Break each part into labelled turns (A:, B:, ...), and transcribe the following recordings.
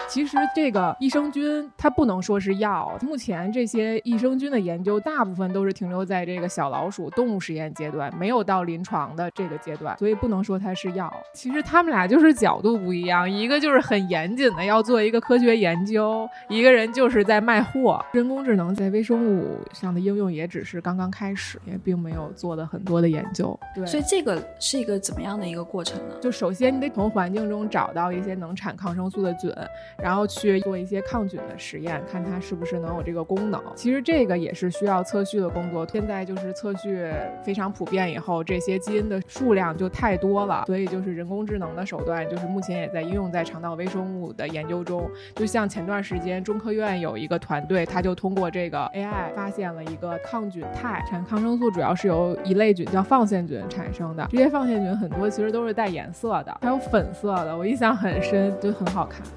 A: 其实这个益生菌它不能说是药，目前这些益生菌的研究大部分都是停留在这个小老鼠动物实验阶段，没有到临床的这个阶段，所以不能说它是药。其实他们俩就是角度不一样，一个就是很严谨的要做一个科学研究，一个人就是在卖货。人工智能在微生物上的应用也只是刚刚开始，也并没有做的很多的研究。对，
B: 所以这个是一个怎么样的一个过程呢？
A: 就首先你得从环境中找到一些能产抗生素的菌，然后去做一些抗菌的实验，看它是不是能有这个功能。其实这个也是需要测序的工作，现在就是测序非常普遍以后，这些基因的数量就太多了，所以就是人工智能的手段就是目前也在应用在肠道微生物的研究中。就像前段时间中科院有一个团队，他就通过这个 AI 发现了一个抗菌肽，产抗生素主要是由一类菌叫放线菌产生的，这些放线菌很多其实都是带颜色的，还有粉色的，我印象很深，就很好看。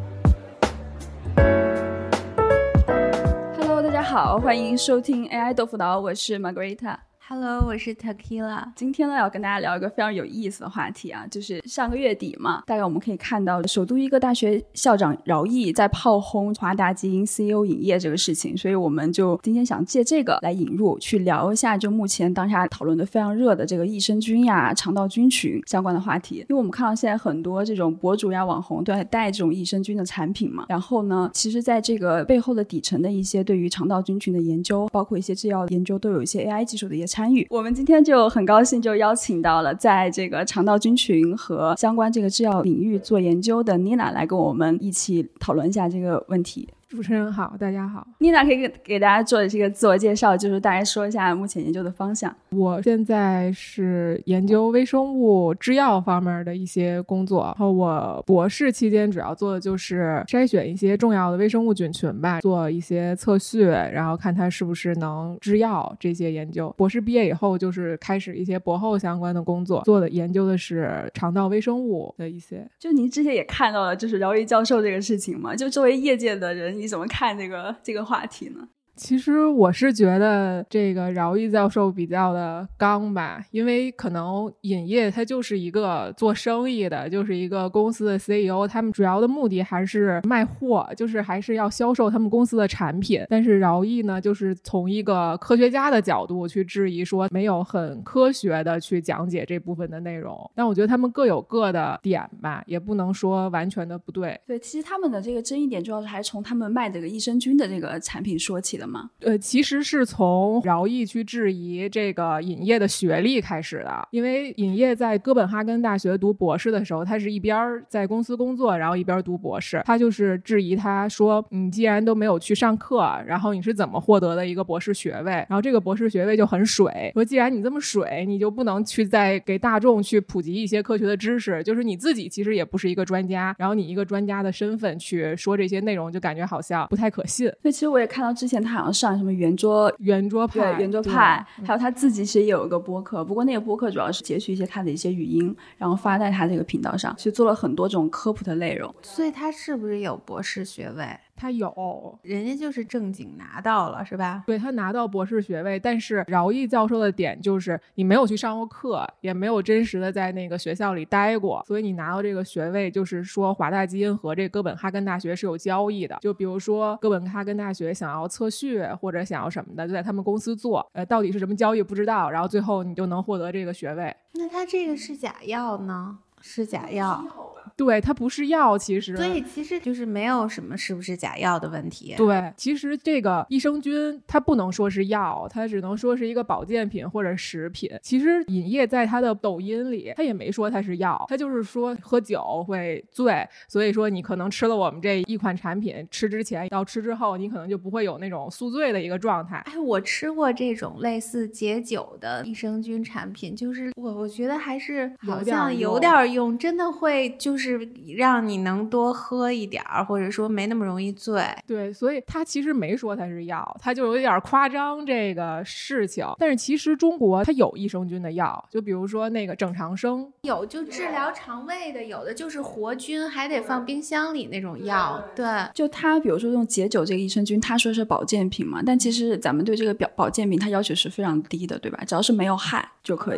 B: Hello， 大家好，欢迎收听 AI 豆腐脑，我是 Margarita。Hello，
C: 我是 Tequila。
B: 今天呢，要跟大家聊一个非常有意思的话题啊，就是上个月底嘛，大概我们可以看到首都医科大学校长饶毅在炮轰华大基因 CEO 尹烨这个事情，所以我们就今天想借这个来引入，去聊一下就目前当下讨论的非常热的这个益生菌呀、肠道菌群相关的话题。因为我们看到现在很多这种博主呀、网红都在带这种益生菌的产品嘛，然后呢，其实在这个背后的底层的一些对于肠道菌群的研究，包括一些制药研究，都有一些 AI 技术的一些参与。我们今天就很高兴就邀请到了在这个肠道菌群和相关这个制药领域做研究的 Nina 来跟我们一起讨论一下这个问题。
A: 主持人好，大家好。
B: Nina 可以给大家做这个自我介绍，就是大概说一下目前研究的方向。
A: 我现在是研究微生物制药方面的一些工作，然后我博士期间主要做的就是筛选一些重要的微生物菌群吧，做一些测序，然后看它是不是能制药这些研究。博士毕业以后就是开始一些博后相关的工作，做的研究的是肠道微生物的一些。
B: 就您之前也看到了就是饶毅教授这个事情嘛，就作为业界的人你怎么看这个话题呢？
A: 其实我是觉得这个饶毅教授比较的刚吧，因为可能尹烨他就是一个做生意的，就是一个公司的 CEO， 他们主要的目的还是卖货，就是还是要销售他们公司的产品。但是饶毅呢，就是从一个科学家的角度去质疑说没有很科学的去讲解这部分的内容。但我觉得他们各有各的点吧，也不能说完全的不对。
B: 对，其实他们的这个争议点主要是还是从他们卖这个益生菌的这个产品说起的。
A: 其实是从饶毅去质疑这个尹烨的学历开始的，因为尹烨在哥本哈根大学读博士的时候，他是一边在公司工作，然后一边读博士。他就是质疑他说，你既然都没有去上课，然后你是怎么获得的一个博士学位？然后这个博士学位就很水，说既然你这么水，你就不能去再给大众去普及一些科学的知识，就是你自己其实也不是一个专家，然后你一个专家的身份去说这些内容，就感觉好像不太可信。
B: 所以其实我也看到之前他好像上什么圆桌派，还有他自己其实也有一个播客，不过那个播客主要是截取一些他的一些语音，然后发在他这个频道上，其实做了很多这种科普的内容。
C: 所以他是不是有博士学位？
A: 他有，
C: 人家就是正经拿到了是吧？
A: 对，他拿到博士学位，但是饶毅教授的点就是你没有去上过课，也没有真实的在那个学校里待过，所以你拿到这个学位就是说华大基因和这哥本哈根大学是有交易的。就比如说哥本哈根大学想要测序或者想要什么的，就在他们公司做，到底是什么交易不知道，然后最后你就能获得这个学位。
C: 那他这个是假药呢？是假药。
A: 对，它不是药，其实，
C: 所以其实就是没有什么是不是假药的问题。
A: 对，其实这个益生菌它不能说是药，它只能说是一个保健品或者食品。其实尹烨在他的抖音里他也没说它是药，他就是说喝酒会醉，所以说你可能吃了我们这一款产品，吃之前到吃之后你可能就不会有那种宿醉的一个状态。
C: 我吃过这种类似解酒的益生菌产品，就是我觉得还是好像有点用，真的会就是让你能多喝一点，或者说没那么容易醉。
A: 对，所以他其实没说它是药，他就有点夸张这个事情。但是其实中国它有益生菌的药，就比如说那个整肠生，
C: 有就治疗肠胃的，有的就是活菌，还得放冰箱里那种药。对，
B: 就他比如说用解酒这个益生菌，他说是保健品嘛，但其实咱们对这个保健品他要求是非常低的，对吧？只要是没有害就可以。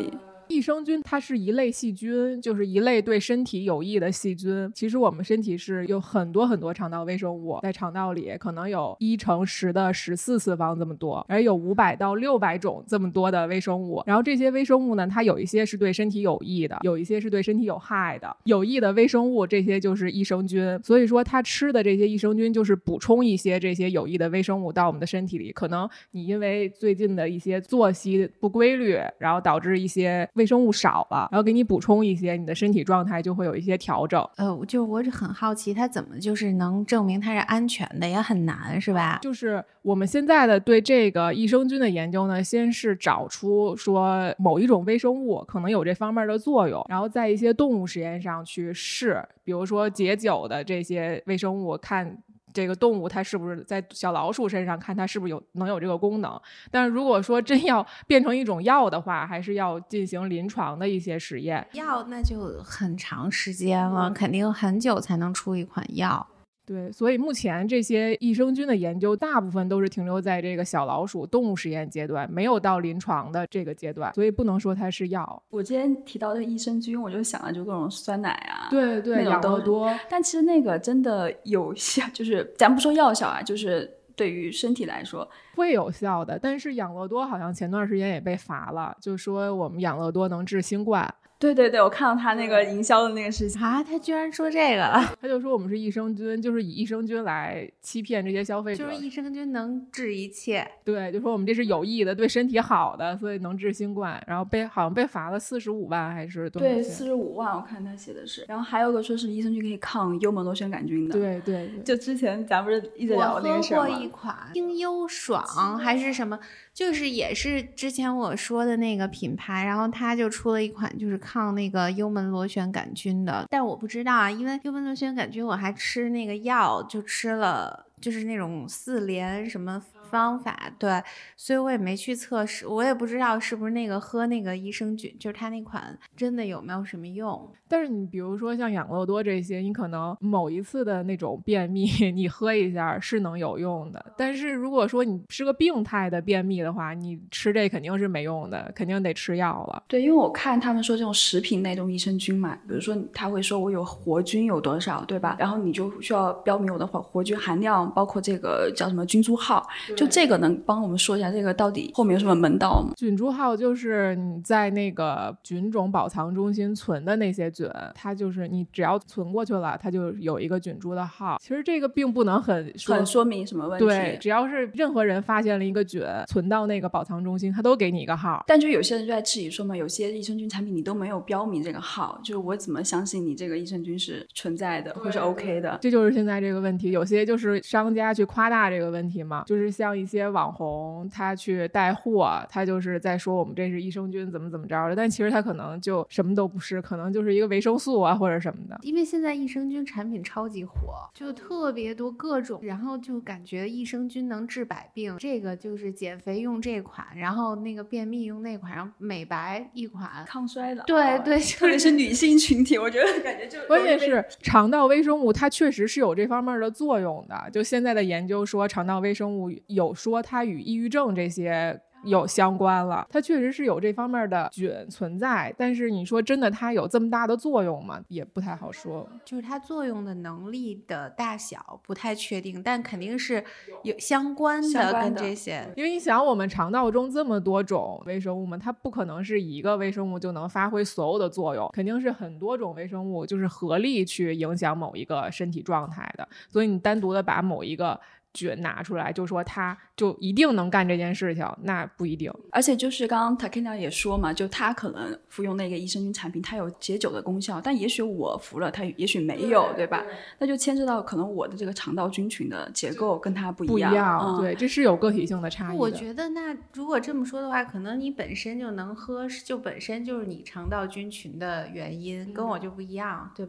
A: 益生菌它是一类细菌，就是一类对身体有益的细菌。其实我们身体是有很多很多肠道微生物，在肠道里可能有1乘10的14次方这么多，而有500到600种这么多的微生物。然后这些微生物呢，它有一些是对身体有益的，有一些是对身体有害的。有益的微生物这些就是益生菌，所以说它吃的这些益生菌就是补充一些这些有益的微生物到我们的身体里。可能你因为最近的一些作息不规律，然后导致一些微生物少了，然后给你补充一些，你的身体状态就会有一些调整。
C: 就是我很好奇，它怎么就是能证明它是安全的，也很难是吧？
A: 就是我们现在的对这个益生菌的研究呢，先是找出说某一种微生物可能有这方面的作用，然后在一些动物实验上去试，比如说解酒的这些微生物，看这个动物它是不是在小老鼠身上看它是不是能有这个功能。但是如果说真要变成一种药的话，还是要进行临床的一些实验。
C: 药那就很长时间了，肯定很久才能出一款药。
A: 对，所以目前这些益生菌的研究大部分都是停留在这个小老鼠动物实验阶段，没有到临床的这个阶段，所以不能说它是药。
B: 我之前提到的益生菌，我就想了就各种酸奶啊，
A: 对对，养乐多。
B: 但其实那个真的有效，就是咱不说药效啊，就是对于身体来说
A: 会有效的。但是养乐多好像前段时间也被罚了，就说我们养乐多能治新冠。
B: 对对对，我看到他那个营销的那个事情
C: 啊，他居然说这个了。
A: 他就说我们是益生菌，就是以益生菌来欺骗这些消费者，
C: 就是益生菌能治一切。
A: 对，就说我们这是有益的，对身体好的，所以能治新冠。然后好像被罚了45万还是多少钱？
B: 对，45万，我看他写的是。然后还有个说是益生菌可以抗幽门螺旋杆菌的。
A: 对对对，
B: 就之前咱不是一直聊那个事儿吗？
C: 我喝过一款清幽爽还是什么，就是也是之前我说的那个品牌，然后他就出了一款就是抗那个幽门螺旋杆菌的。但我不知道啊，因为幽门螺旋杆菌我还吃那个药，就吃了就是那种4联什么方法，对，所以我也没去测试，我也不知道是不是那个喝那个益生菌，就是它那款真的有没有什么用。
A: 但是你比如说像养乐多这些，你可能某一次的那种便秘你喝一下是能有用的，但是如果说你是个病态的便秘的话，你吃这肯定是没用的，肯定得吃药了。
B: 对，因为我看他们说这种食品那种益生菌嘛，比如说他会说我有活菌有多少，对吧？然后你就需要标明我的活菌含量，包括这个叫什么菌株号，就这个能帮我们说一下这个到底后面有什么门道吗？
A: 菌株号就是你在那个菌种保藏中心存的那些菌，它就是你只要存过去了，它就有一个菌株的号。其实这个并不能很
B: 说明什么问题，
A: 对，只要是任何人发现了一个菌存到那个保藏中心，它都给你一个号。
B: 但就有些人就在质疑说嘛，有些益生菌产品你都没有标明这个号，就是我怎么相信你这个益生菌是存在的或是 OK 的？
A: 这就是现在这个问题，有些就是商家去夸大这个问题嘛，就是像一些网红他去带货，他就是在说我们这是益生菌怎么着的，但其实他可能就什么都不是，可能就是一个维生素啊或者什么的。
C: 因为现在益生菌产品超级火，就特别多各种，然后就感觉益生菌能治百病，这个就是减肥用这款，然后那个便秘用那款，然后美白一款，
B: 抗衰老。
C: 对对，
B: 特别是女性群体，我觉得感觉就
A: 关键是肠道微生物它确实是有这方面的作用的，就现在的研究说肠道微生物有说它与抑郁症这些有相关了，它确实是有这方面的菌存在，但是你说真的它有这么大的作用吗？也不太好说，
C: 就是它作用的能力的大小不太确定，但肯定是有相关的跟这些。
A: 因为你想我们肠道中这么多种微生物嘛，它不可能是一个微生物就能发挥所有的作用，肯定是很多种微生物就是合力去影响某一个身体状态的，所以你单独的把某一个菌拿出来就说它就一定能干这件事情，那不一定。
B: 而且就是刚刚 Takina 也说嘛，就他可能服用那个益生菌产品它有解酒的功效，但也许我服了它也许没有， 对吧？那就牵涉到可能我的这个肠道菌群的结构跟它不一样，
A: 对，这是有个体性的差异的。
C: 我觉得那如果这么说的话，可能你本身就能喝，就本身就是你肠道菌群的原因，跟我就不一样，对吧？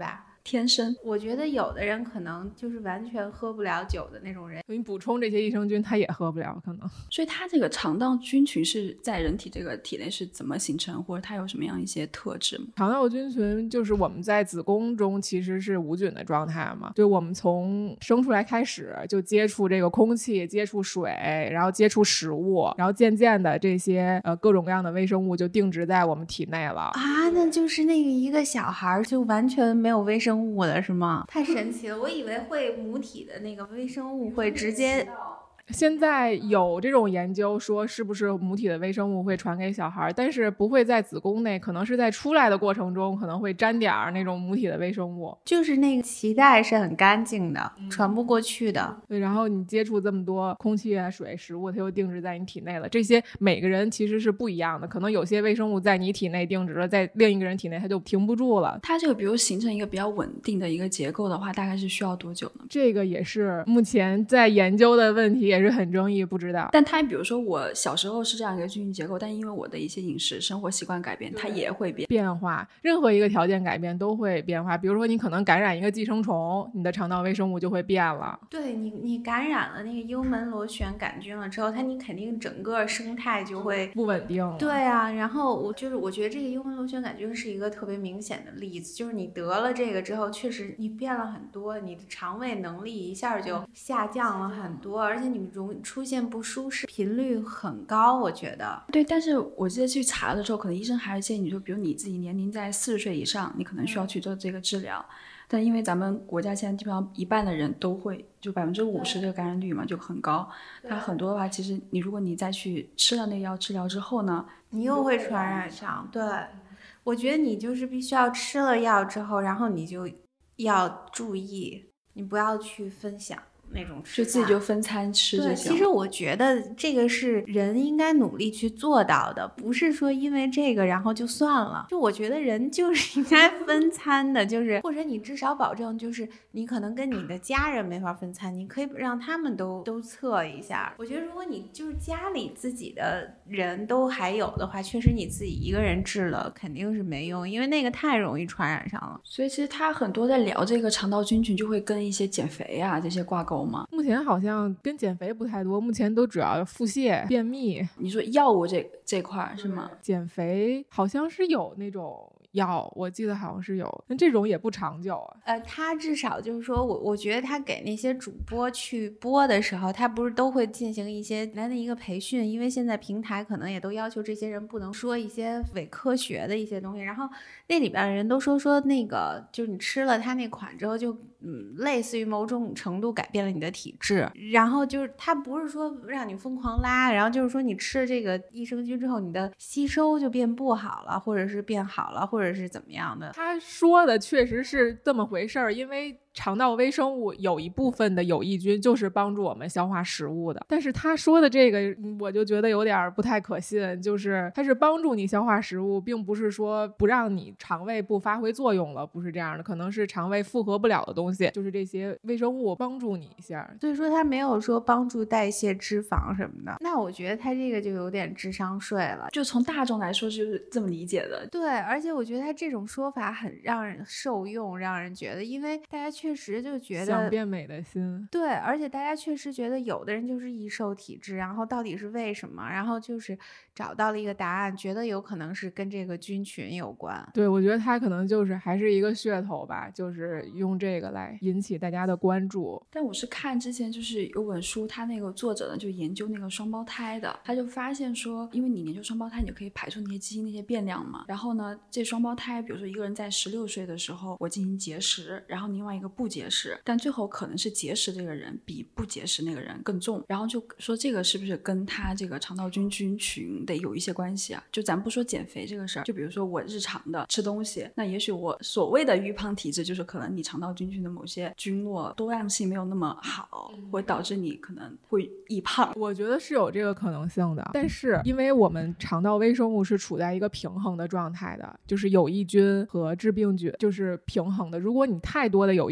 B: 天生。
C: 我觉得有的人可能就是完全喝不了酒的那种人，
A: 你补充这些益生菌他也喝不了可能。
B: 所以它这个肠道菌群是在人体这个体内是怎么形成，或者它有什么样一些特质吗？
A: 肠道菌群就是我们在子宫中其实是无菌的状态嘛，就我们从生出来开始就接触这个空气，接触水，然后接触食物，然后渐渐的这些各种各样的微生物就定植在我们体内了
C: 啊。那就是那个一个小孩就完全没有微生物了是吗？太神奇了，我以为会母体的那个微生物会直接。
A: 现在有这种研究说是不是母体的微生物会传给小孩，但是不会在子宫内，可能是在出来的过程中可能会沾点那种母体的微生物，
C: 就是那个脐带是很干净的，传不过去的。
A: 对，然后你接触这么多空气啊、水、食物，它又定植在你体内了。这些每个人其实是不一样的，可能有些微生物在你体内定植了，在另一个人体内它就停不住了。
B: 它这个比如形成一个比较稳定的一个结构的话，大概是需要多久呢？
A: 这个也是目前在研究的问题，也是很争议，不知道。
B: 但它比如说我小时候是这样一个菌群结构，但因为我的一些饮食生活习惯改变，它也会变
A: 化。任何一个条件改变都会变化，比如说你可能感染一个寄生虫，你的肠道微生物就会变了。
C: 对，你感染了那个幽门螺旋杆菌了之后，你肯定整个生态就会
A: 不稳定了。
C: 对啊，然后我觉得这个幽门螺旋杆菌是一个特别明显的例子，就是你得了这个之后，确实你变了很多，你的肠胃能力一下就下降了很多，而且你容易出现不舒适频率很高，我觉得。
B: 对，但是我记得去查的时候，可能医生还是建议你说，比如你自己年龄在40岁以上，你可能需要去做这个治疗。但因为咱们国家现在基本上一半的人都会，就50%这个感染率嘛，就很高。它很多的话，其实如果你再去吃了那个药治疗之后呢，
C: 你又会传染上。对，我觉得你就是必须要吃了药之后，然后你就要注意，你不要去分享那种吃，
B: 就自己就分餐吃就行。
C: 对，其实我觉得这个是人应该努力去做到的，不是说因为这个然后就算了。就我觉得人就是应该分餐的，就是或者你至少保证，就是你可能跟你的家人没法分餐，你可以让他们都测一下。我觉得如果你就是家里自己的人都还有的话，确实你自己一个人治了肯定是没用，因为那个太容易传染上了。
B: 所以其实他很多在聊这个肠道菌群，就会跟一些减肥啊这些挂钩。
A: 目前好像跟减肥不太多，目前都主要腹泻、便秘。
B: 你说药物这块是吗？
A: 减肥好像是有那种药，我记得好像是有，但这种也不长久啊。
C: 他至少就是说我觉得他给那些主播去播的时候，他不是都会进行一些来的一个培训，因为现在平台可能也都要求这些人不能说一些伪科学的一些东西，然后那里边的人都说那个就是你吃了他那款之后就类似于某种程度改变了你的体质，然后就是他不是说让你疯狂拉，然后就是说你吃了这个益生菌之后你的吸收就变不好了，或者是变好了，或者是怎么样的。
A: 他说的确实是这么回事儿，因为肠道微生物有一部分的有益菌就是帮助我们消化食物的，但是他说的这个我就觉得有点不太可信，就是它是帮助你消化食物，并不是说不让你肠胃不发挥作用了，不是这样的，可能是肠胃负荷不了的东西，就是这些微生物帮助你一下，
C: 所以说他没有说帮助代谢脂肪什么的。那我觉得他这个就有点智商税了，
B: 就从大众来说就是这么理解的。
C: 对，而且我觉得他这种说法很让人受用，让人觉得，因为大家确实就觉得
A: 想变美的心。
C: 对，而且大家确实觉得有的人就是易瘦体质，然后到底是为什么，然后就是找到了一个答案，觉得有可能是跟这个菌群有关。
A: 对，我觉得他可能就是还是一个噱头吧，就是用这个来引起大家的关注。
B: 但我是看之前就是有本书，他那个作者呢就研究那个双胞胎的，他就发现说，因为你研究双胞胎，你就可以排除那些基因那些变量嘛。然后呢，这双胞胎，比如说一个人在16岁的时候我进行节食，然后另外一个不节食，但最后可能是节食这个人比不节食那个人更重，然后就说这个是不是跟他这个肠道菌群得有一些关系啊？就咱不说减肥这个事儿，就比如说我日常的吃东西，那也许我所谓的预胖体质，就是可能你肠道菌群的某些菌落多样性没有那么好，会导致你可能会易胖。
A: 我觉得是有这个可能性的，但是因为我们肠道微生物是处在一个平衡的状态的，就是有益菌和致病菌就是平衡的，如果你太多的有益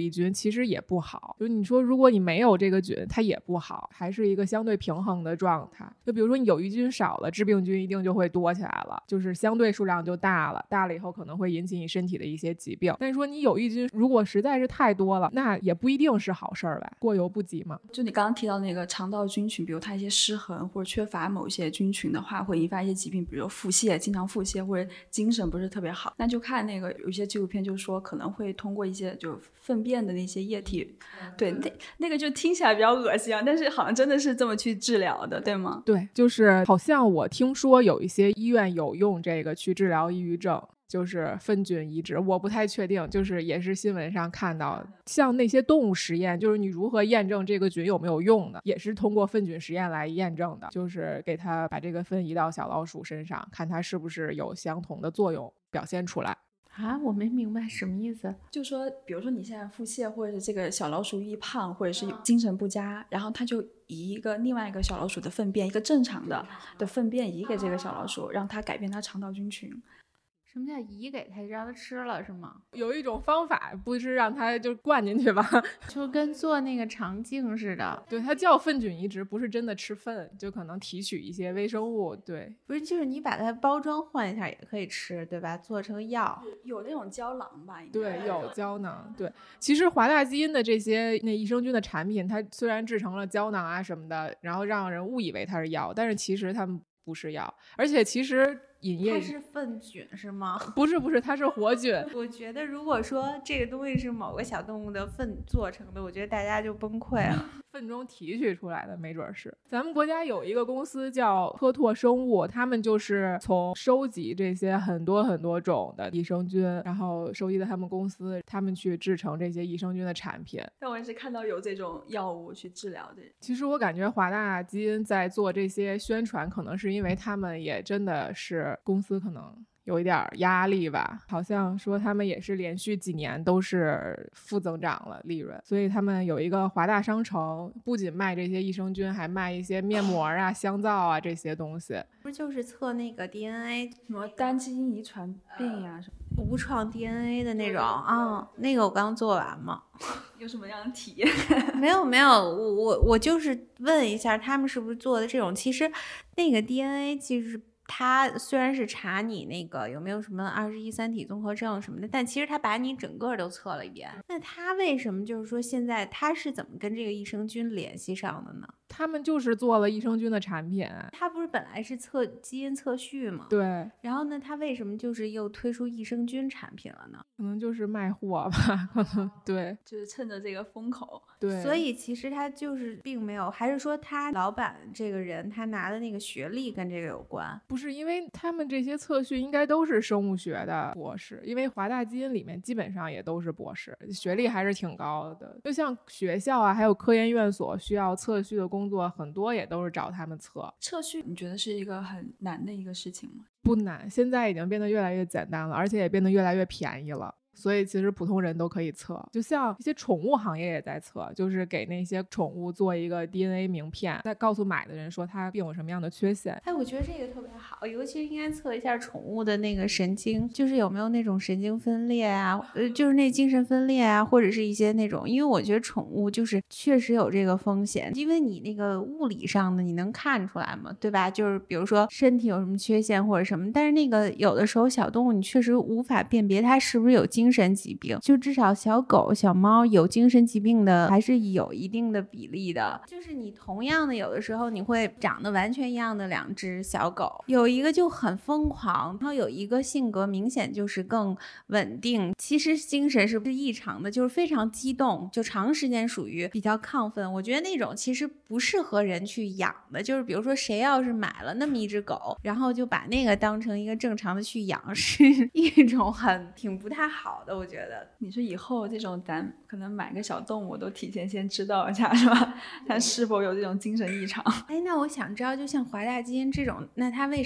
A: 益菌其实也不好，就你说如果你没有这个菌它也不好，还是一个相对平衡的状态。就比如说你有益菌少了，致病菌一定就会多起来了，就是相对数量就大了，大了以后可能会引起你身体的一些疾病。但是说你有益菌如果实在是太多了，那也不一定是好事儿呗，过犹不及嘛。
B: 就你刚刚提到那个肠道菌群，比如它一些失衡或者缺乏某些菌群的话，会引发一些疾病，比如腹泻，经常腹泻或者精神不是特别好。那就看那个有一些纪录片就是说可能会通过一些就粪便的那些液体，对，那个就听起来比较恶心啊，但是好像真的是这么去治疗的，对吗？
A: 对，就是好像我听说有一些医院有用这个去治疗抑郁症，就是粪菌移植，我不太确定，就是也是新闻上看到，像那些动物实验，就是你如何验证这个菌有没有用的，也是通过粪菌实验来验证的，就是给它把这个粪移到小老鼠身上，看它是不是有相同的作用表现出来。
C: 啊，我没明白什么意思。
B: 就说比如说你现在腹泻，或者是这个小老鼠易胖，或者是精神不佳，然后它就移另外一个小老鼠的粪便，一个正常的粪便移给这个小老鼠，让它改变它肠道菌群。
C: 什么叫移给它，让它吃了是吗？
A: 有一种方法不是让它就灌进去吧，
C: 就跟做那个肠镜似的。
A: 对，它叫粪菌移植，不是真的吃粪，就可能提取一些微生物。对，
C: 不是，就是你把它包装换一下也可以吃，对吧？做成药，
B: 有那种胶囊吧？
A: 对，有胶囊。对，其实华大基因的这些益生菌的产品，它虽然制成了胶囊啊什么的，然后让人误以为它是药，但是其实它们不是药，而且其实饮液
C: 它是粪菌是吗？
A: 不是，它是活菌。
C: 我觉得如果说这个东西是某个小动物的粪做成的，我觉得大家就崩溃了。
A: 粪中提取出来的没准是。咱们国家有一个公司叫科拓生物，他们就是从收集这些很多很多种的益生菌，然后收集的他们公司，他们去制成这些益生菌的产品。
B: 但我也是看到有这种药物去治疗的。
A: 其实我感觉华大基因在做这些宣传，可能是因为他们也真的是公司可能有一点压力吧，好像说他们也是连续几年都是负增长了利润，所以他们有一个华大商城，不仅卖这些益生菌，还卖一些面膜啊、香皂啊这些东西。
C: 不就是测那个 DNA
B: 什么单基因遗传病呀、什么
C: 无创 DNA 的那种啊、那个我刚做完嘛。
B: 有什么样的体验？
C: 没有，我就是问一下他们是不是做的这种。其实那个 DNA 就是它虽然是查你那个有没有什么21三体综合症什么的，但其实它把你整个都测了一遍。那它为什么就是说现在它是怎么跟这个益生菌联系上的呢？
A: 他们就是做了益生菌的产品。
C: 它不是本来是测基因测序吗？
A: 对。
C: 然后呢，它为什么就是又推出益生菌产品了呢？
A: 可能就是卖货吧，可能对，
B: 就是趁着这个风口。
A: 对，
C: 所以其实他就是并没有，还是说他老板这个人他拿的那个学历跟这个有关？
A: 不是，因为他们这些测序应该都是生物学的博士，因为华大基因里面基本上也都是博士，学历还是挺高的。就像学校啊，还有科研院所需要测序的工作，很多也都是找他们测。
B: 测序你觉得是一个很难的一个事情吗？
A: 不难，现在已经变得越来越简单了，而且也变得越来越便宜了。所以其实普通人都可以测，就像一些宠物行业也在测，就是给那些宠物做一个 DNA 名片，再告诉买的人说它病有什么样的缺陷。
C: 哎，我觉得这个特别好，尤其是应该测一下宠物的那个神经，就是有没有那种神经分裂啊，就是那精神分裂啊，或者是一些那种，因为我觉得宠物就是确实有这个风险，因为你那个物理上的你能看出来嘛，对吧？就是比如说身体有什么缺陷或者什么，但是那个有的时候小动物你确实无法辨别它是不是有精神疾病，就至少小狗小猫有精神疾病的还是有一定的比例的，就是你同样的有的时候你会长得完全一样的两只小狗，有一个就很疯狂，然后有一个性格明显就是更稳定，其实精神是不是异常的，就是非常激动，就长时间属于比较亢奋。我觉得那种其实不适合人去养的，就是比如说谁要是买了那么一只狗，然后就把那个当成一个正常的去养，是一种挺不太好的。我觉得
B: 你说以后这种咱可能买个小动物都提前先知道一下是吧？它是否有这种精神异常？
C: 哎，那我想知道就像华大基因这种，那它为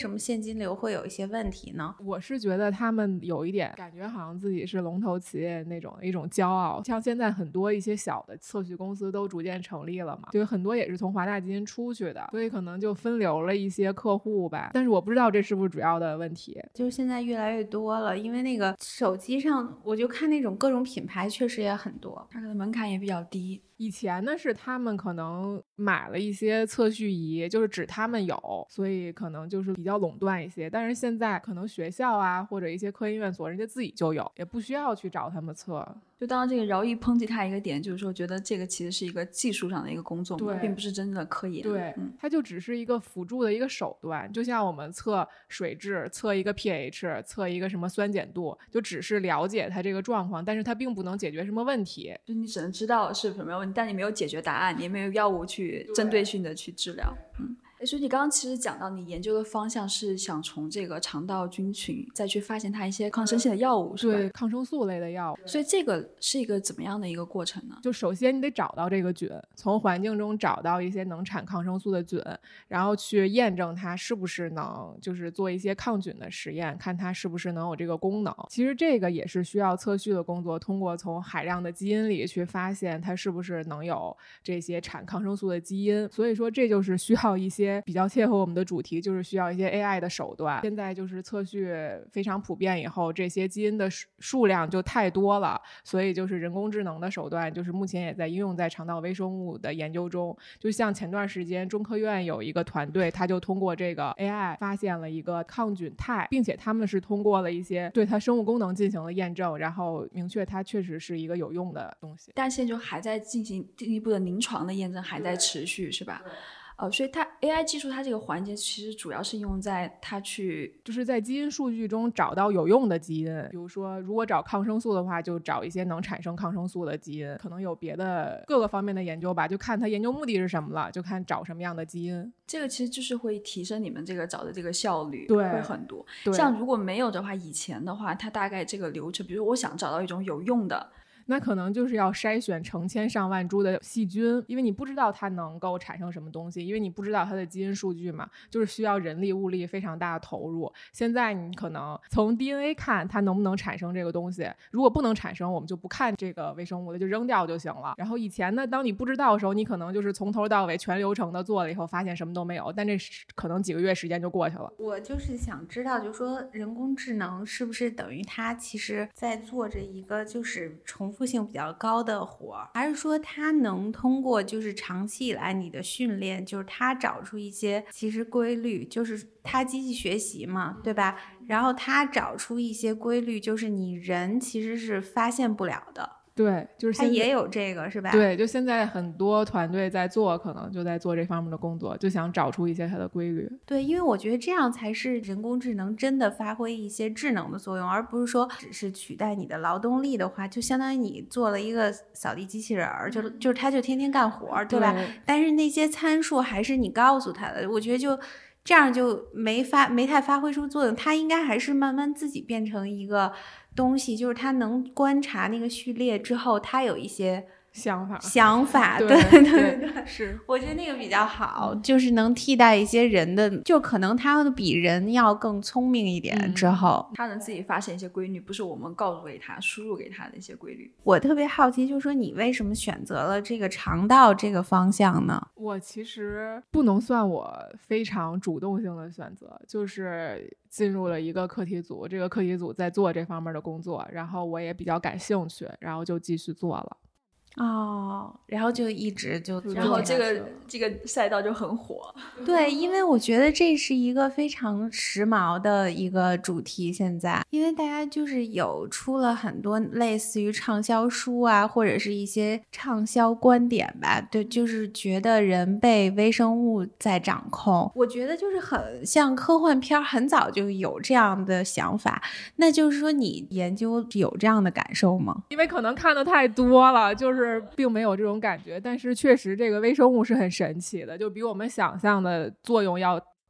C: 什么现金流会有一些问题呢？
A: 我是觉得他们有一点感觉好像自己是龙头企业那种一种骄傲，像现在很多一些小的测序公司都逐渐成立了嘛，就很多也是从华大基因出去的，所以可能就分流了一些客户吧，但是我不知道这是不是主要的问题。
C: 就是现在越来越多了，因为那个手机上我就看那种各种品牌确实也很多，
B: 它的门槛也比较低。
A: 以前呢是他们可能买了一些测序仪，就是只他们有，所以可能就是比较垄断一些，但是现在可能学校啊或者一些科研院所人家自己就有，也不需要去找他们测。
B: 就当然这个饶毅抨击他一个点就是说觉得这个其实是一个技术上的一个工作嘛，并不是真正的科研。
A: 对，它就只是一个辅助的一个手段，就像我们测水质，测一个 pH， 测一个什么酸碱度，就只是了解它这个状况，但是它并不能解决什么问题，
B: 就你只能知道是什么问题，但你没有解决答案，你也没有药物去针对性的去治疗。所以你刚刚其实讲到你研究的方向是想从这个肠道菌群再去发现它一些抗生性的药物，是吧？
A: 对，抗生素类的药物。
B: 所以这个是一个怎么样的一个过程呢？
A: 就首先你得找到这个菌，从环境中找到一些能产抗生素的菌，然后去验证它是不是能就是做一些抗菌的实验，看它是不是能有这个功能。其实这个也是需要测序的工作，通过从海量的基因里去发现它是不是能有这些产抗生素的基因。所以说这就是需要一些比较切合我们的主题，就是需要一些 AI 的手段。现在就是测序非常普遍以后，这些基因的数量就太多了，所以就是人工智能的手段就是目前也在应用在肠道微生物的研究中。就像前段时间中科院有一个团队，他就通过这个 AI 发现了一个抗菌肽，并且他们是通过了一些对它生物功能进行了验证，然后明确它确实是一个有用的东西。
B: 但现在就还在进行进一步的临床的验证，还在持续，是吧？所以它 AI 技术它这个环节其实主要是用在它去
A: 就是在基因数据中找到有用的基因，比如说如果找抗生素的话就找一些能产生抗生素的基因，可能有别的各个方面的研究吧，就看它研究目的是什么了，就看找什么样的基因。
B: 这个其实就是会提升你们这个找的这个效率，
A: 对，
B: 会很多。像如果没有的话，以前的话它大概这个流程，比如我想找到一种有用的，
A: 那可能就是要筛选成千上万株的细菌，因为你不知道它能够产生什么东西，因为你不知道它的基因数据嘛，就是需要人力物力非常大的投入。现在你可能从 DNA 看它能不能产生这个东西，如果不能产生，我们就不看这个微生物了，就扔掉就行了。然后以前呢，当你不知道的时候，你可能就是从头到尾全流程的做了以后，发现什么都没有，但这可能几个月时间就过去了。
C: 我就是想知道，就是说人工智能是不是等于它其实在做着一个就是重复性比较高的活，还是说它能通过就是长期以来你的训练，就是它找出一些其实规律，就是它机器学习嘛，对吧？然后它找出一些规律，就是你人其实是发现不了的。
A: 对，就是
C: 它也有这个是吧？
A: 对，就现在很多团队在做，可能就在做这方面的工作，就想找出一些它的规律。
C: 对，因为我觉得这样才是人工智能真的发挥一些智能的作用，而不是说只是取代你的劳动力的话，就相当于你做了一个扫地机器人儿，就是它就天天干活，对吧？但是那些参数还是你告诉它的，我觉得就这样就没太发挥出作用，它应该还是慢慢自己变成一个东西，就是它能观察那个序列之后，它有一些想法，对，
A: 是，
C: 我觉得那个比较好，就是能替代一些人的，就可能他比人要更聪明一点之后，
B: 他能自己发现一些规律，不是我们告诉给他、输入给他的一些规律。
C: 我特别好奇，就是说你为什么选择了这个肠道这个方向呢？
A: 我其实不能算我非常主动性的选择，就是进入了一个课题组，这个课题组在做这方面的工作，然后我也比较感兴趣，然后就继续做了。
C: 然后就一直就，
B: 然后这个赛道就很火。
C: 对，因为我觉得这是一个非常时髦的一个主题，现在因为大家就是有出了很多类似于畅销书啊，或者是一些畅销观点吧，对，就是觉得人被微生物在掌控，我觉得就是很像科幻片，很早就有这样的想法。那就是说你研究有这样的感受吗？
A: 因为可能看的太多了，就是并没有这种感觉，但是确实这个微生物是很神奇的，就比我们想象的作用要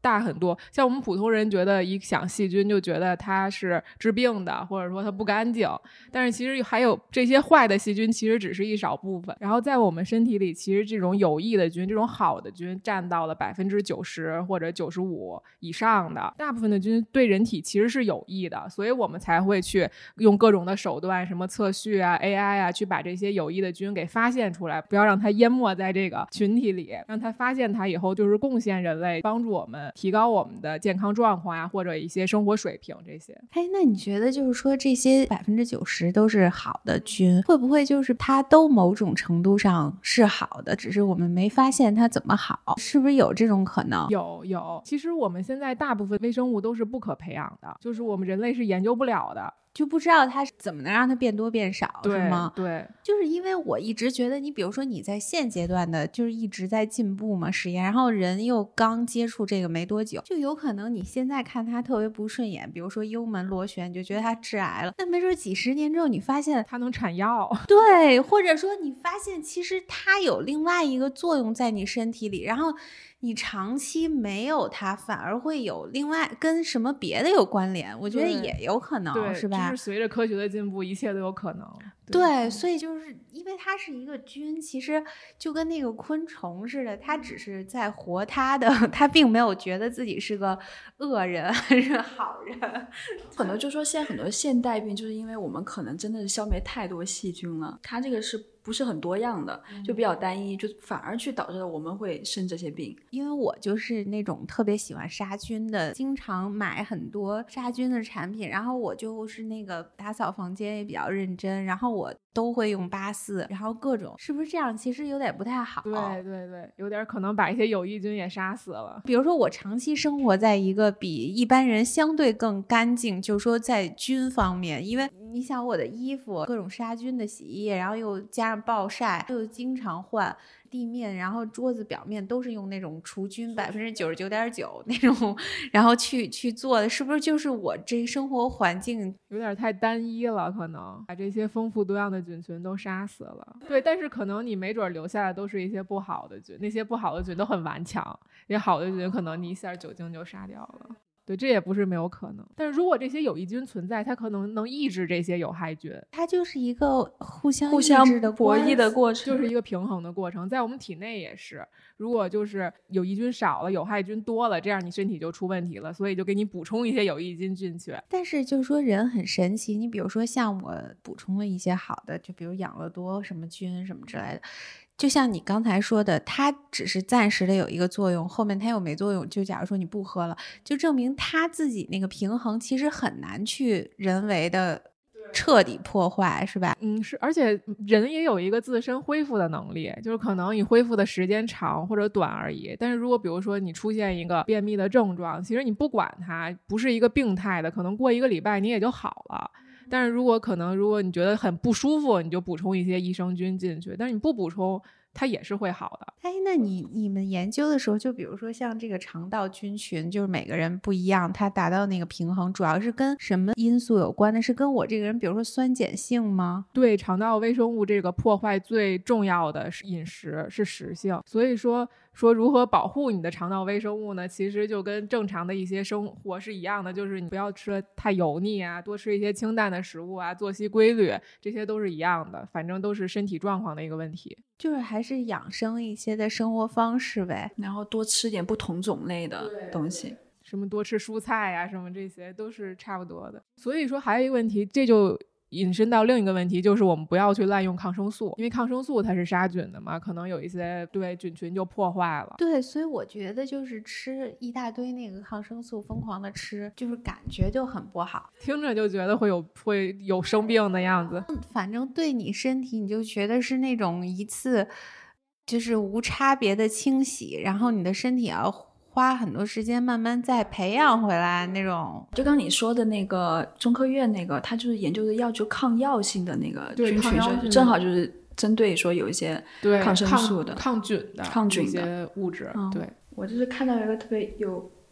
A: 大很多。像我们普通人觉得一想细菌就觉得它是治病的，或者说它不干净，但是其实还有这些坏的细菌其实只是一少部分。然后在我们身体里，其实这种有益的菌，这种好的菌占到了90%或者95%以上的，大部分的菌对人体其实是有益的，所以我们才会去用各种的手段，什么测序啊 AI 啊，去把这些有益的菌给发现出来，不要让它淹没在这个群体里，让它发现它以后就是贡献人类，帮助我们提高我们的健康状况呀，或者一些生活水平这些。
C: 那你觉得就是说这些90%都是好的菌，会不会就是它都某种程度上是好的，只是我们没发现它怎么好？是不是有这种可能？
A: 有，其实我们现在大部分微生物都是不可培养的，就是我们人类是研究不了的，
C: 就不知道它怎么能让它变多变少，是吗？
A: 对，
C: 就是因为我一直觉得，你比如说你在现阶段的就是一直在进步嘛，实验，然后人又刚接触这个没多久，就有可能你现在看它特别不顺眼，比如说幽门螺旋，你就觉得它致癌了，那没准几十年之后你发现
A: 它能产药，
C: 对，或者说你发现其实它有另外一个作用在你身体里，然后你长期没有它，反而会有另外跟什么别的有关联，我觉得也有可能，是吧？
A: 就是随着科学的进步，一切都有可能。
C: 对，所以就是因为它是一个菌，其实就跟那个昆虫似的，它只是在活它的，它并没有觉得自己是个恶人还是好人。
B: 很多就说现在很多现代病就是因为我们可能真的是消灭太多细菌了，它这个是不是很多样的，就比较单一，就反而去导致了我们会生这些病。
C: 因为我就是那种特别喜欢杀菌的，经常买很多杀菌的产品，然后我就是那个打扫房间也比较认真，然后我都会用84，然后各种，是不是这样其实有点不太好？
A: 对，有点可能把一些有益菌也杀死了。
C: 比如说我长期生活在一个比一般人相对更干净，就是说在菌方面，因为你想我的衣服各种杀菌的洗衣液，然后又加上暴晒，又经常换地面，然后桌子表面都是用那种除菌99.9%那种，然后去做的，是不是就是我这生活环境
A: 有点太单一了，可能把这些丰富多样的菌群都杀死了。对，但是可能你没准留下的都是一些不好的菌，那些不好的菌都很顽强，也好的菌可能你一下酒精就杀掉了。对，这也不是没有可能。但是如果这些有益菌存在，它可能能抑制这些有害菌，
C: 它就是一个互相
B: 博弈的过程，
A: 就是一个平衡的过程。在我们体内也是，如果就是有益菌少了，有害菌多了，这样你身体就出问题了，所以就给你补充一些有益菌进去。
C: 但是就是说人很神奇，你比如说像我补充了一些好的，就比如养乐多什么菌什么之类的，就像你刚才说的，它只是暂时的有一个作用，后面它又没作用，就假如说你不喝了，就证明它自己那个平衡其实很难去人为的彻底破坏，是吧？
A: 是，而且人也有一个自身恢复的能力，就是可能你恢复的时间长或者短而已。但是如果比如说你出现一个便秘的症状，其实你不管它，不是一个病态的，可能过1个礼拜你也就好了。但是如果你觉得很不舒服，你就补充一些益生菌进去，但是你不补充它也是会好的。
C: 那你们研究的时候，就比如说像这个肠道菌群，就是每个人不一样，它达到那个平衡主要是跟什么因素有关的？是跟我这个人比如说酸碱性吗？
A: 对，肠道微生物这个破坏最重要的是饮食，是食性。所以说如何保护你的肠道微生物呢？其实就跟正常的一些生活是一样的，就是你不要吃太油腻啊，多吃一些清淡的食物啊，作息规律，这些都是一样的，反正都是身体状况的一个问题。
C: 就是还是养生一些的生活方式呗，
B: 然后多吃点不同种类的东西，
A: 什么多吃蔬菜啊，什么这些都是差不多的。所以说还有一个问题，这就引申到另一个问题，就是我们不要去滥用抗生素，因为抗生素它是杀菌的嘛，可能有一些对菌群就破坏了。
C: 对，所以我觉得就是吃一大堆那个抗生素疯狂的吃，就是感觉就很不好，
A: 听着就觉得会有生病的样子。
C: 反正对你身体你就觉得是那种一次就是无差别的清洗，然后你的身体要花很多时间慢慢再培养回来那种。
B: 就刚你说的那个中科院那个，他就是研究的药就抗药性的那个菌群，正好就是针对说有一些抗生素的、
A: 抗菌的一些物质。对，
B: 我就是看到一个特别有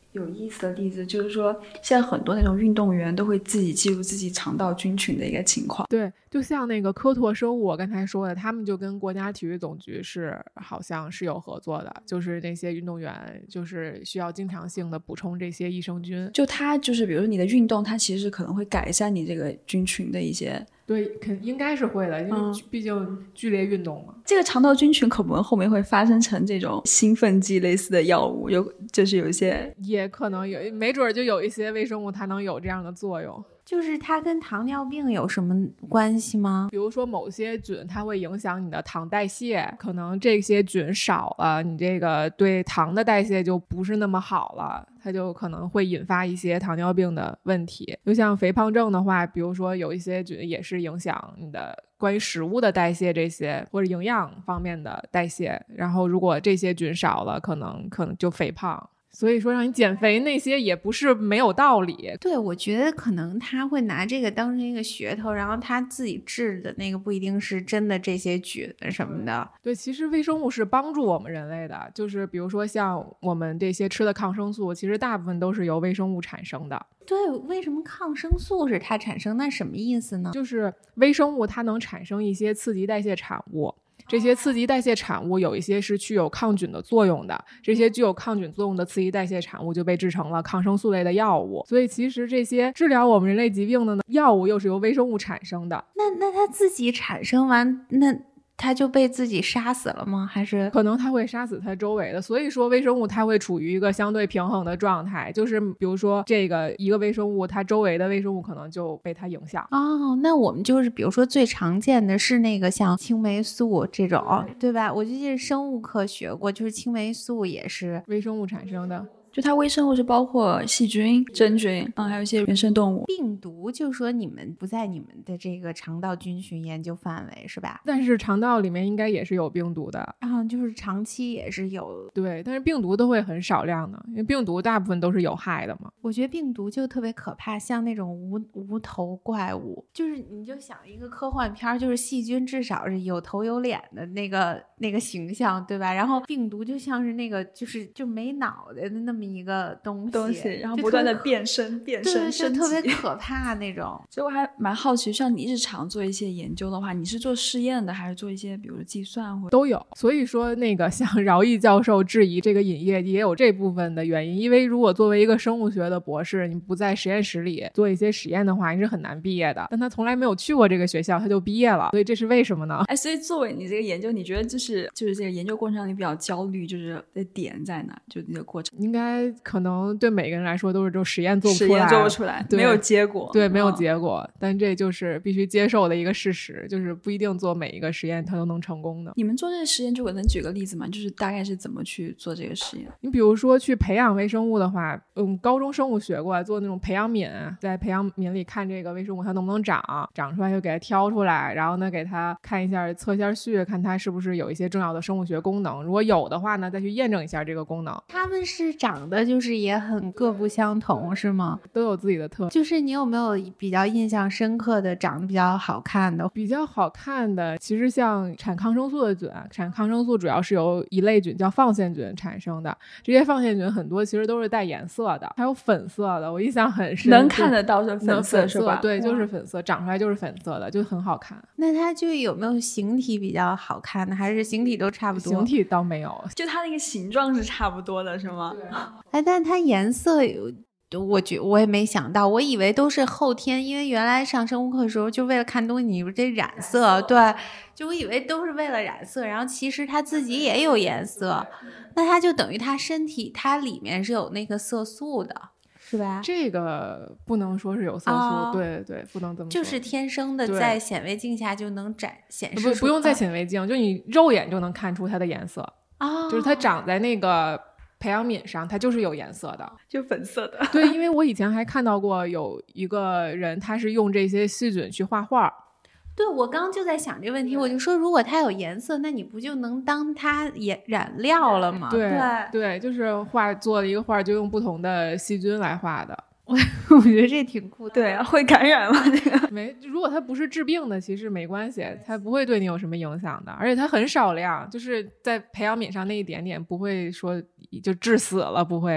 B: 有意思的例子，就是说现在很多那种运动员都会自己记录自己肠道菌群的一个情况。
A: 对，就像那个科拓生物我刚才说的，他们就跟国家体育总局好像是有合作的，就是那些运动员就是需要经常性的补充这些益生菌。
B: 就它就是比如说你的运动，它其实可能会改善你这个菌群的一些。
A: 对，应该是会的，因为毕竟剧烈运动嘛。
B: 这个肠道菌群可能后面会发生成这种兴奋剂类似的药物，就是有一些
A: 也可能有，没准就有一些微生物它能有这样的作用。
C: 就是它跟糖尿病有什么关系吗？
A: 比如说某些菌它会影响你的糖代谢，可能这些菌少了，你这个对糖的代谢就不是那么好了，它就可能会引发一些糖尿病的问题。就像肥胖症的话，比如说有一些菌也是影响你的关于食物的代谢，这些或者营养方面的代谢，然后如果这些菌少了，可能就肥胖。所以说让你减肥那些也不是没有道理。
C: 对，我觉得可能他会拿这个当成一个噱头，然后他自己治的那个不一定是真的这些菌什么的。
A: 对，其实微生物是帮助我们人类的，就是比如说像我们这些吃的抗生素，其实大部分都是由微生物产生的。
C: 对，为什么抗生素是它产生？那什么意思呢？
A: 就是微生物它能产生一些刺激代谢产物，这些刺激代谢产物有一些是具有抗菌的作用的，这些具有抗菌作用的刺激代谢产物就被制成了抗生素类的药物。所以其实这些治疗我们人类疾病的呢，药物又是由微生物产生的。
C: 那它自己产生完，那它就被自己杀死了吗？还是
A: 可能它会杀死它周围的？所以说微生物它会处于一个相对平衡的状态，就是比如说这个一个微生物，它周围的微生物可能就被它影响。
C: 哦，那我们就是比如说最常见的是那个像青霉素这种，对吧？我就记得生物课学过，就是青霉素也是
A: 微生物产生的。
B: 就它微生物是包括细菌、真菌，还有一些原生动物。
C: 病毒就是说你们不在你们的这个肠道菌群研究范围是吧？
A: 但是肠道里面应该也是有病毒的，
C: 然后就是长期也是有。
A: 对，但是病毒都会很少量的，因为病毒大部分都是有害的嘛。
C: 我觉得病毒就特别可怕，像那种无头怪物，就是你就想一个科幻片，就是细菌至少是有头有脸的那个形象，对吧？然后病毒就像是那个就没脑袋的那么一个东西，
B: 然后不断的变身
C: 对，
B: 升级，
C: 特别可怕那种。
B: 所以我还蛮好奇，像你日常做一些研究的话，你是做试验的，还是做一些比如计算或
A: 都有？所以说那个像饶毅教授质疑这个饮液也有这部分的原因，因为如果作为一个生物学的博士，你不在实验室里做一些实验的话，你是很难毕业的。但他从来没有去过这个学校，他就毕业了，所以这是为什么呢？
B: 所以作为你这个研究，你觉得就是这个研究过程中你比较焦虑，就是的点在哪？就这个过程
A: 应该可能对每个人来说都是这种实验做不出来，
B: 没有结果，
A: 对，没有结果。但这就是必须接受的一个事实，就是不一定做每一个实验它都能成功的。
B: 你们做这个实验就能举个例子吗？就是大概是怎么去做这个实验？
A: 你比如说去培养微生物的话，高中生物学过，做那种培养皿，在培养皿里看这个微生物它能不能长出来就给它挑出来，然后呢给它看一下测一下序，看它是不是有一些重要的生物学功能，如果有的话呢再去验证一下这个功能。
C: 他们是长得就是也很各不相同是吗？
A: 都有自己的特色。
C: 就是你有没有比较印象深刻的长得比较好看的？
A: 比较好看的其实像产抗生素的菌，产抗生素主要是由一类菌叫放线菌产生的，这些放线菌很多其实都是带颜色的，还有粉色的，我印象很深，
B: 能看得到是粉色是吧？
A: 对，就是粉色，长出来就是粉色的，就很好看。
C: 那它就有没有形体比较好看的，还是形体都差不多？
A: 形体倒没有，
B: 就它那个形状是差不多的是吗？
C: 哎，但它颜色我也没想到，我以为都是后天，因为原来上生物课的时候就为了看东西你这染色，对，就我以为都是为了染色，然后其实它自己也有颜色，那它就等于它身体它里面是有那个色素的，是吧？
A: 这个不能说是有色素，对对，不能这么说，
C: 就是天生的在显微镜下就能显示出，
A: 不用在显微镜，就你肉眼就能看出它的颜色就是它长在那个培养皿上，它就是有颜色的，
B: 就粉色的。
A: 对，因为我以前还看到过有一个人，他是用这些细菌去画画。
C: 对，我刚刚就在想这个问题，我就说如果它有颜色，那你不就能当它染料了吗？
A: 对，就是做了一个画，就用不同的细菌来画的。
C: 我觉得这挺酷的。
B: 对啊，会感染吗？这个
A: 如果它不是治病的，其实没关系，它不会对你有什么影响的，而且它很少量，就是在培养皿上那一点点，不会说就致死了，不会的。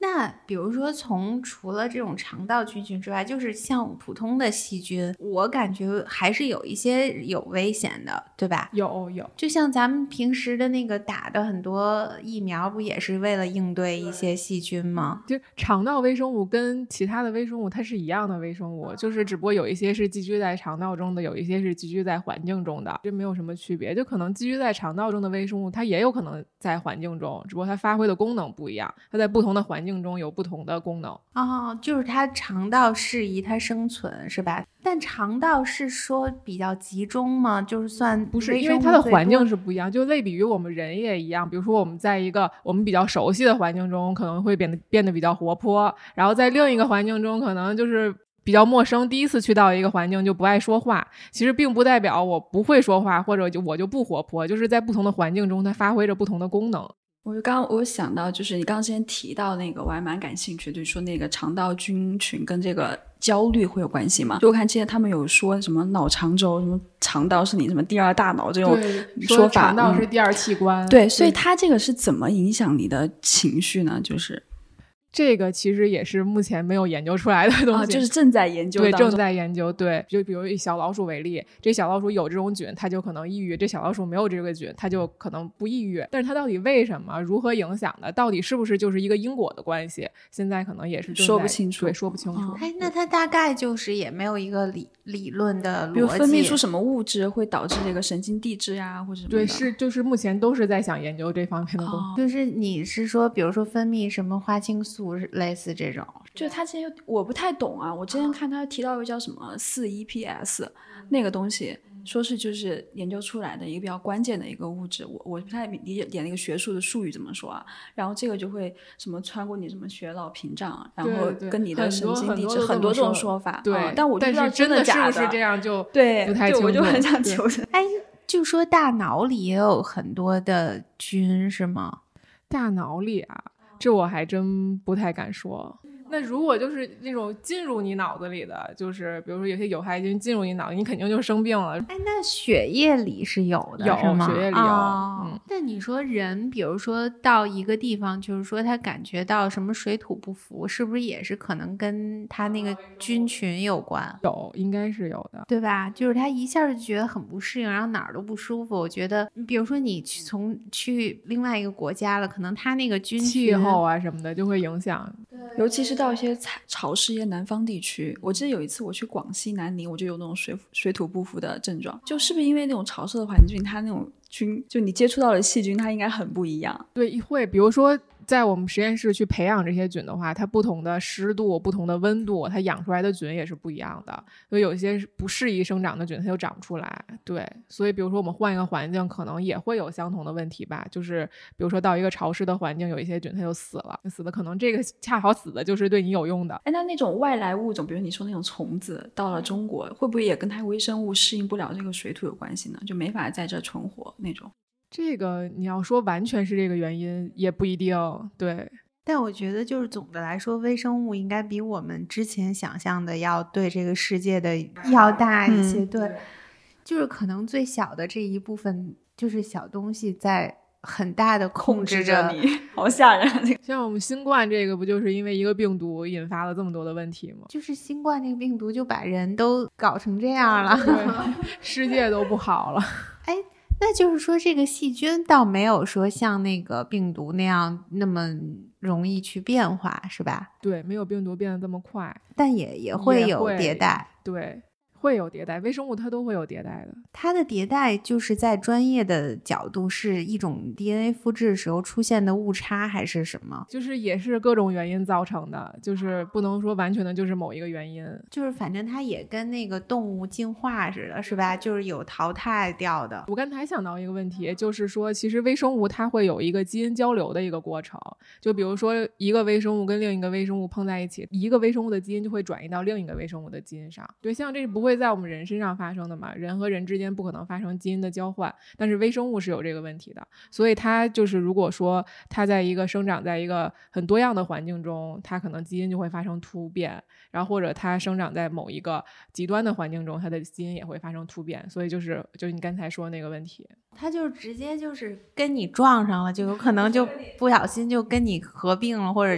C: 那比如说除了这种肠道菌群之外，就是像普通的细菌，我感觉还是有一些有危险的，对吧？
A: 有，
C: 就像咱们平时的那个打的很多疫苗，不也是为了应对一些细菌吗？
A: 就肠道微生物跟其他的微生物它是一样的微生物，就是只不过有一些是寄居在肠道中的，有一些是寄居在环境中的，这没有什么区别。就可能寄居在肠道中的微生物，它也有可能在环境中，只不过它发挥的功能不一样，它在不同的环境中有不同的功能。
C: 哦，就是它肠道适宜它生存是吧？但肠道是说比较集中吗？就是算
A: 不是，因为它的环境是不一样，就类比于我们人也一样。比如说我们在一个我们比较熟悉的环境中，可能会变得比较活泼，然后在另一个环境中可能就是比较陌生，第一次去到一个环境就不爱说话。其实并不代表我不会说话，或者我就不活泼，就是在不同的环境中它发挥着不同的功能。
B: 我想到就是你刚刚之前提到那个，我还蛮感兴趣，就是说那个肠道菌群跟这个焦虑会有关系吗？就我看之前他们有说什么脑肠轴，什么肠道是你什么第二大脑这种说法，
A: 肠道是第二器官。
B: 对，所以它这个是怎么影响你的情绪呢？就是
A: 这个其实也是目前没有研究出来的东西，
B: 就是正在研究当中。
A: 对，正在研究。对，就比如以小老鼠为例，这小老鼠有这种菌，它就可能抑郁；这小老鼠没有这个菌，它就可能不抑郁。但是它到底为什么、如何影响的，到底是不是就是一个因果的关系，现在可能也是
B: 说不清楚。
A: 对，说不清楚。
C: 那它大概就是也没有一个理论的逻辑，
B: 比如分泌出什么物质会导致这个神经递质呀，或者什么的。
A: 对，就是目前都是在想研究这方面的东西。
C: 就是你是说，比如说分泌什么花青素，类似这种？
B: 就他之前我不太懂啊，我之前看他提到一个叫什么4-EPS 那个东西，说是就是研究出来的一个比较关键的一个物质，我不太理解点那个学术的术语怎么说啊。然后这个就会什么穿过你什么血脑屏障，然后跟你的神经递质很多这种说法。
A: 对，
B: 但我就不知道
A: 真的
B: 假的
A: 是不是这样就
B: 对
A: 不太清楚。
B: 我就很想求证。
C: 哎，就说大脑里也有很多的菌是吗？
A: 大脑里啊，这我还真不太敢说。那如果就是那种进入你脑子里的，就是比如说有些有害菌进入你脑子，你肯定就生病了。
C: 哎，那血液里是有的，是吗？
A: 血液里有。
C: 那你说人，比如说到一个地方，就是说他感觉到什么水土不服，是不是也是可能跟他那个菌群有关？
A: 应该是有的，
C: 对吧？就是他一下就觉得很不适应，然后哪儿都不舒服。我觉得，比如说你去另外一个国家了，可能他那个菌群
A: 气候啊什么的就会影响。
B: 尤其是到一些潮湿一些南方地区，我记得有一次我去广西南宁，我就有那种水土不服的症状，就是不是因为那种潮湿的环境，它那种菌就你接触到的细菌，它应该很不一样。
A: 对，会，比如说在我们实验室去培养这些菌的话，它不同的湿度、不同的温度，它养出来的菌也是不一样的。所以有一些不适宜生长的菌，它就长不出来。对，所以比如说我们换一个环境，可能也会有相同的问题吧。就是比如说到一个潮湿的环境，有一些菌它就死了，死的可能这个恰好死的就是对你有用的。
B: 哎，那种外来物种，比如你说那种虫子到了中国，会不会也跟它微生物适应不了这个水土有关系呢？就没法在这存活那种？
A: 这个你要说完全是这个原因也不一定。对，
C: 但我觉得就是总的来说，微生物应该比我们之前想象的要对这个世界的要大一些。对，就是可能最小的这一部分就是小东西在很大的控制着
B: 你，好吓人。
A: 像我们新冠这个不就是因为一个病毒引发了这么多的问题吗？
C: 就是新冠这个病毒就把人都搞成这样了，
A: 对，世界都不好了。
C: 哎，那就是说这个细菌倒没有说像那个病毒那样那么容易去变化，是吧？
A: 对，没有病毒变得这么快，
C: 但也会有迭代。
A: 对，会有迭代，微生物它都会有迭代的。
C: 它的迭代就是在专业的角度是一种 DNA 复制时候出现的误差还是什么？
A: 就是也是各种原因造成的，就是不能说完全的就是某一个原因。
C: 就是反正它也跟那个动物进化似的，是吧？就是有淘汰掉的。
A: 我刚才想到一个问题，就是说其实微生物它会有一个基因交流的一个过程，就比如说一个微生物跟另一个微生物碰在一起，一个微生物的基因就会转移到另一个微生物的基因上。对，像这不会在我们人身上发生的嘛，人和人之间不可能发生基因的交换，但是微生物是有这个问题的。所以它就是如果说它在一个生长在一个很多样的环境中，它可能基因就会发生突变，然后或者它生长在某一个极端的环境中，它的基因也会发生突变。所以就是你刚才说的那个问题，
C: 它就直接就是跟你撞上了，就有可能就不小心就跟你合并了，或者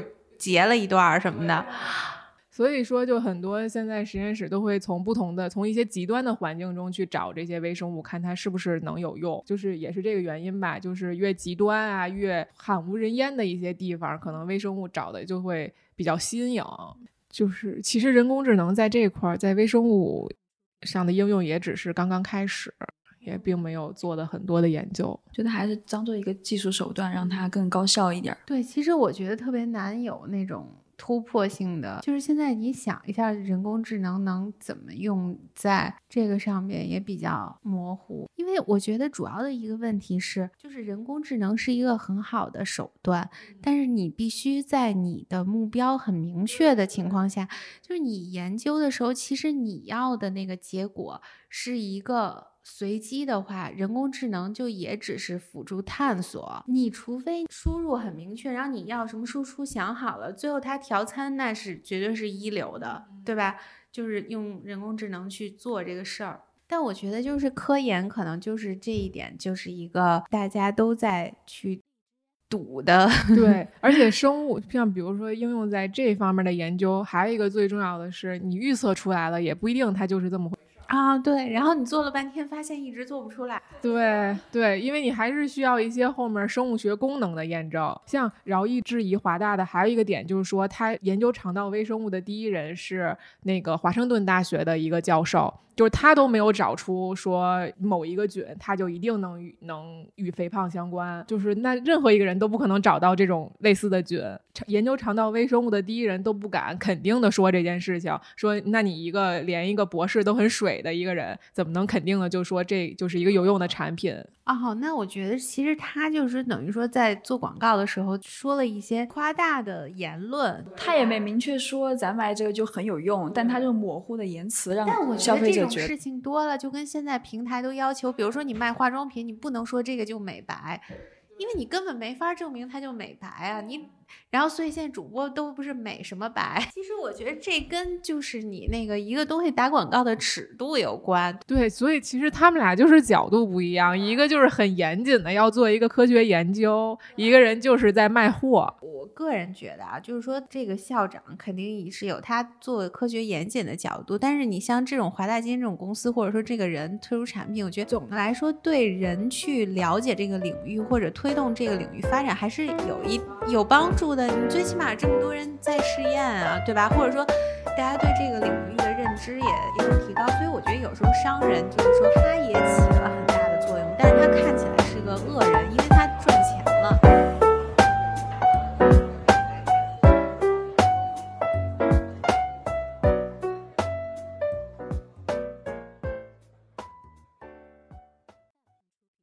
C: 截了一段什么的。
A: 所以说就很多现在实验室都会从一些极端的环境中去找这些微生物，看它是不是能有用，就是也是这个原因吧，就是越极端啊越罕无人烟的一些地方，可能微生物找的就会比较新颖。就是其实人工智能在这块在微生物上的应用也只是刚刚开始，也并没有做的很多的研究，
B: 觉得还是当做一个技术手段让它更高效一点。
C: 对，其实我觉得特别难有那种突破性的，就是现在你想一下人工智能能怎么用在这个上面也比较模糊。因为我觉得主要的一个问题是，就是人工智能是一个很好的手段，但是你必须在你的目标很明确的情况下，就是你研究的时候，其实你要的那个结果是一个随机的话，人工智能就也只是辅助探索。你除非输入很明确，然后你要什么输出想好了，最后它调参那是绝对是一流的，对吧？就是用人工智能去做这个事儿。但我觉得就是科研可能就是这一点，就是一个大家都在去赌的。
A: 对，而且生物像比如说应用在这方面的研究，还有一个最重要的是，你预测出来了也不一定它就是这么回事
C: 啊。对，然后你做了半天发现一直做不出来。
A: 对对，因为你还是需要一些后面生物学功能的验证。像饶毅质疑华大的还有一个点，就是说他研究肠道微生物的第一人是那个华盛顿大学的一个教授，就是他都没有找出说某一个菌他就一定能与肥胖相关，就是那任何一个人都不可能找到这种类似的菌。研究肠道微生物的第一人都不敢肯定的说这件事情，说那你连一个博士都很水的一个人怎么能肯定的就说这就是一个有用的产品。
C: 哦，那我觉得其实他就是等于说在做广告的时候说了一些夸大的言论，
B: 他也没明确说咱卖这个就很有用，但他这种模糊的言辞让消
C: 费
B: 者觉得。
C: 但我觉得这种事情多了，就跟现在平台都要求，比如说你卖化妆品，你不能说这个就美白，因为你根本没法证明它就美白啊。然后所以现在主播都不是美什么白。其实我觉得这跟就是你那个一个东西打广告的尺度有关。
A: 对，所以其实他们俩就是角度不一样，一个就是很严谨的要做一个科学研究，一个人就是在卖货。
C: 我个人觉得啊，就是说这个校长肯定也是有他做科学严谨的角度，但是你像这种华大基因这种公司，或者说这个人推出产品，我觉得总的来说对人去了解这个领域或者推动这个领域发展还是有帮助的。你最起码这么多人在试验啊，对吧？或者说大家对这个领域的认知也有提高，所以我觉得有时候商人就是说他也起了很大